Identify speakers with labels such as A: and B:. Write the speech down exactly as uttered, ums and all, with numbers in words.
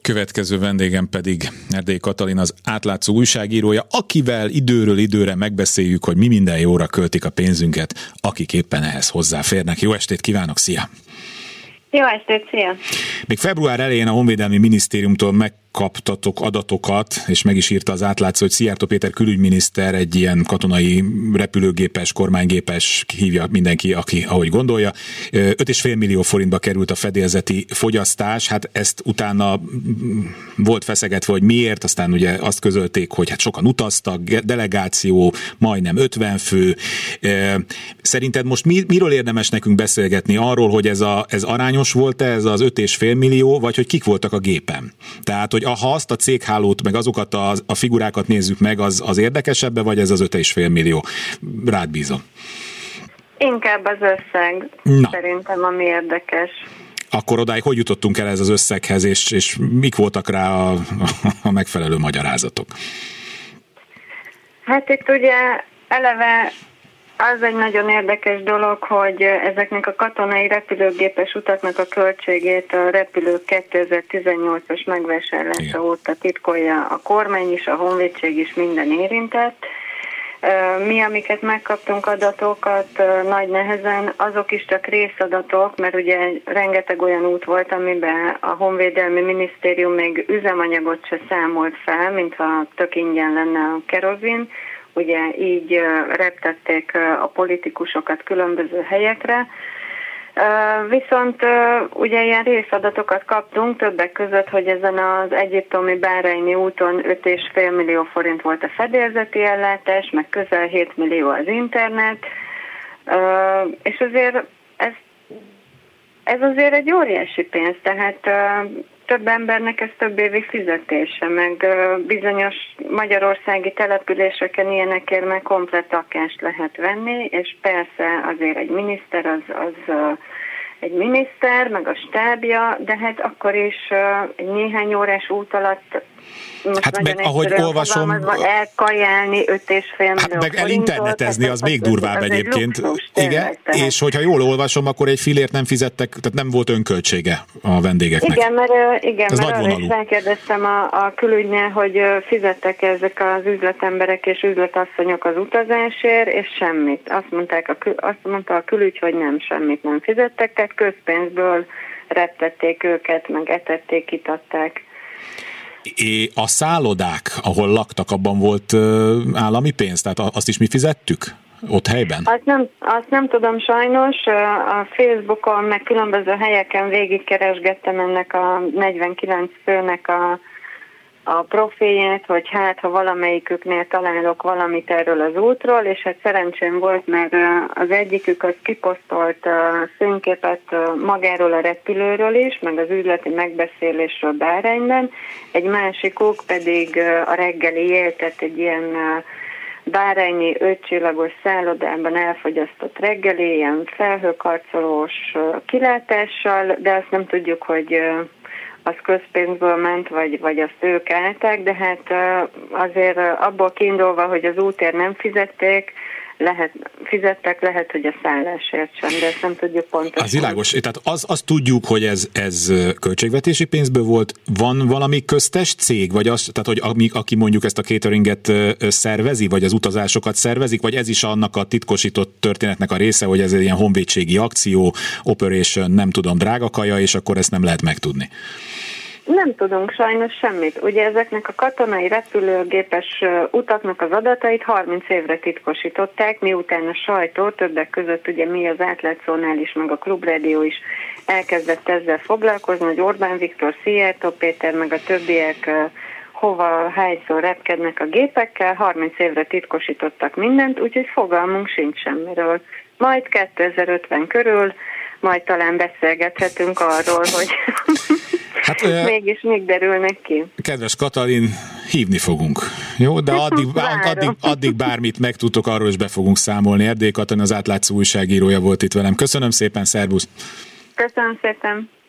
A: Következő vendégem pedig Erdélyi Katalin, az Átlátszó újságírója, akivel időről időre megbeszéljük, hogy mi minden jóra költik a pénzünket, akik éppen ehhez hozzáférnek. Jó estét kívánok, szia!
B: Jó estét, szia!
A: Még február elején a Honvédelmi Minisztériumtól megkaptatok adatokat, és meg is írta az Átlátszó, hogy Szijjártó Péter külügyminiszter egy ilyen katonai repülőgépes, kormánygépes, hívja mindenki, aki ahogy gondolja. öt egész öt millió forintba került a fedélzeti fogyasztás, hát ezt utána volt feszegetve, hogy miért, aztán ugye azt közölték, hogy hát sokan utaztak, delegáció, majdnem ötven fő. Szerinted most mi, miről érdemes nekünk beszélgetni? Arról, hogy ez, a, ez arányos volt-e, ez az öt egész öt millió, vagy hogy kik voltak a gépen? Tehát, hogy ha azt a céghálót, meg azokat a, a figurákat nézzük meg, az, az érdekesebbe, vagy ez az öt egész öt millió? Rád bízom.
B: Inkább az összeg. Na. Szerintem, ami érdekes.
A: Akkor odáig hogy jutottunk el ez az összeghez, és, és mik voltak rá a, a megfelelő magyarázatok?
B: Hát itt ugye eleve az egy nagyon érdekes dolog, hogy ezeknek a katonai repülőgépes utaknak a költségét a repülők kétezer-tizennyolcas megvásárlása Igen. óta titkolja a kormány is, a honvédség is, minden érintett. Mi, amiket megkaptunk adatokat nagy nehezen, azok is csak részadatok, mert ugye rengeteg olyan út volt, amiben a Honvédelmi Minisztérium még üzemanyagot se számolt fel, mintha tök ingyen lenne a kerozin. Ugye így reptették a politikusokat különböző helyekre. Viszont ugye ilyen részadatokat kaptunk, többek között, hogy ezen az egyiptomi Bárányi úton öt egész öt millió forint volt a fedélzeti ellátás, meg közel hét millió az internet, és azért ez, ez azért egy óriási pénz, tehát több embernek ez több évi fizetése, meg bizonyos magyarországi településeken ilyenekért meg komplett lakást lehet venni, és persze azért egy miniszter az, az egy miniszter, meg a stábja, de hát akkor is egy néhány órás út alatt
A: hát meg ahogy olvasom,
B: elkajálni öt egész öt millió
A: hát meg elinternetezni, az, az még
B: az,
A: durvább
B: az
A: egyébként.
B: Luxus,
A: igen, tényleg, és hogyha jól olvasom, akkor egy fillért nem fizettek, tehát nem volt önköltsége a vendégeknek.
B: Igen, mert, igen,
A: ez
B: mert arra is rákérdeztem a, a külügynél, hogy fizettek ezek az üzletemberek és üzletasszonyok az utazásért, és semmit. Azt mondták a, azt mondta a külügy, hogy nem, semmit nem fizettek, tehát közpénzből reptették őket, meg etették, itatták.
A: É, a szállodák, ahol laktak, abban volt uh, állami pénz? Tehát azt is mi fizettük ott helyben?
B: Azt nem, azt nem tudom sajnos. A Facebookon, meg különböző helyeken végigkeresgettem ennek a negyvenkilenc főnek a, a profilját, hogy hát, ha valamelyiküknél találok valamit erről az útról, és hát szerencsém volt, mert az egyikük az kiposztolt színképet magáról a repülőről is, meg az üzleti megbeszélésről Bárányban, egy másikuk pedig a reggeli éltet egy ilyen bárányi ötcsillagos szállodában elfogyasztott reggeli, ilyen felhőkarcolós kilátással, de azt nem tudjuk, hogy az közpénzből ment, vagy, vagy azt ők állták, de hát azért abból kiindulva, hogy az útért nem fizették, lehet, fizettek, lehet, hogy a szállásért sem, de ezt nem tudjuk pontosan.
A: Az világos, tehát az, azt tudjuk, hogy ez, ez költségvetési pénzből volt. Van valami köztes cég, vagy az, tehát hogy ami, aki mondjuk ezt a cateringet szervezi, vagy az utazásokat szervezik, vagy ez is annak a titkosított történetnek a része, hogy ez egy ilyen honvédségi akció, operation, nem tudom, drága kaja, és akkor ezt nem lehet megtudni.
B: Nem tudunk sajnos semmit. Ugye ezeknek a katonai repülőgépes utaknak az adatait harminc évre titkosították, miután a sajtó, többek között ugye mi az Átlátszónál is, meg a Klubrádió is elkezdett ezzel foglalkozni, hogy Orbán Viktor, Szijjártó Péter, meg a többiek hova, hányszor repkednek a gépekkel, harminc évre titkosítottak mindent, úgyhogy fogalmunk sincs semmiről. Majd kétezer-ötven körül, majd talán beszélgethetünk arról, hogy hát, mégis még derülnek ki.
A: Kedves Katalin, hívni fogunk. Jó, de addig, addig, addig bármit megtudtok, arról is be fogunk számolni. Erdélyi Katalin, az Átlátszó újságírója volt itt velem. Köszönöm szépen, szervusz!
B: Köszönöm szépen!